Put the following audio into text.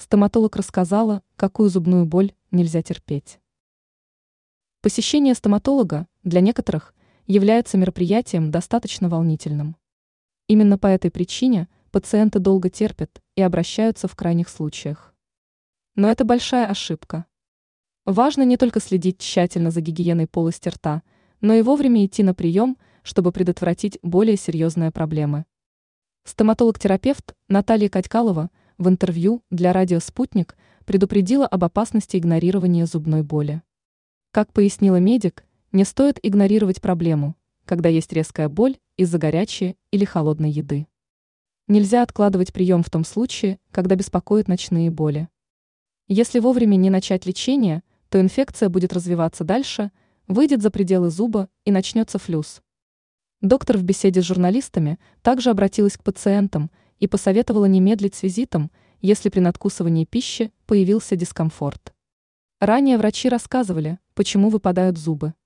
Стоматолог рассказала, какую зубную боль нельзя терпеть. Посещение стоматолога для некоторых является мероприятием достаточно волнительным. Именно по этой причине пациенты долго терпят и обращаются в крайних случаях. Но это большая ошибка. Важно не только следить тщательно за гигиеной полости рта, но и вовремя идти на прием, чтобы предотвратить более серьезные проблемы. Стоматолог-терапевт Наталья Катькалова в интервью для радио «Спутник» предупредила об опасности игнорирования зубной боли. Как пояснила медик, не стоит игнорировать проблему, когда есть резкая боль из-за горячей или холодной еды. Нельзя откладывать прием в том случае, когда беспокоят ночные боли. Если вовремя не начать лечение, то инфекция будет развиваться дальше, выйдет за пределы зуба и начнется флюс. Доктор в беседе с журналистами также обратилась к пациентам и посоветовала не медлить с визитом, если при надкусывании пищи появился дискомфорт. Ранее врачи рассказывали, почему выпадают зубы.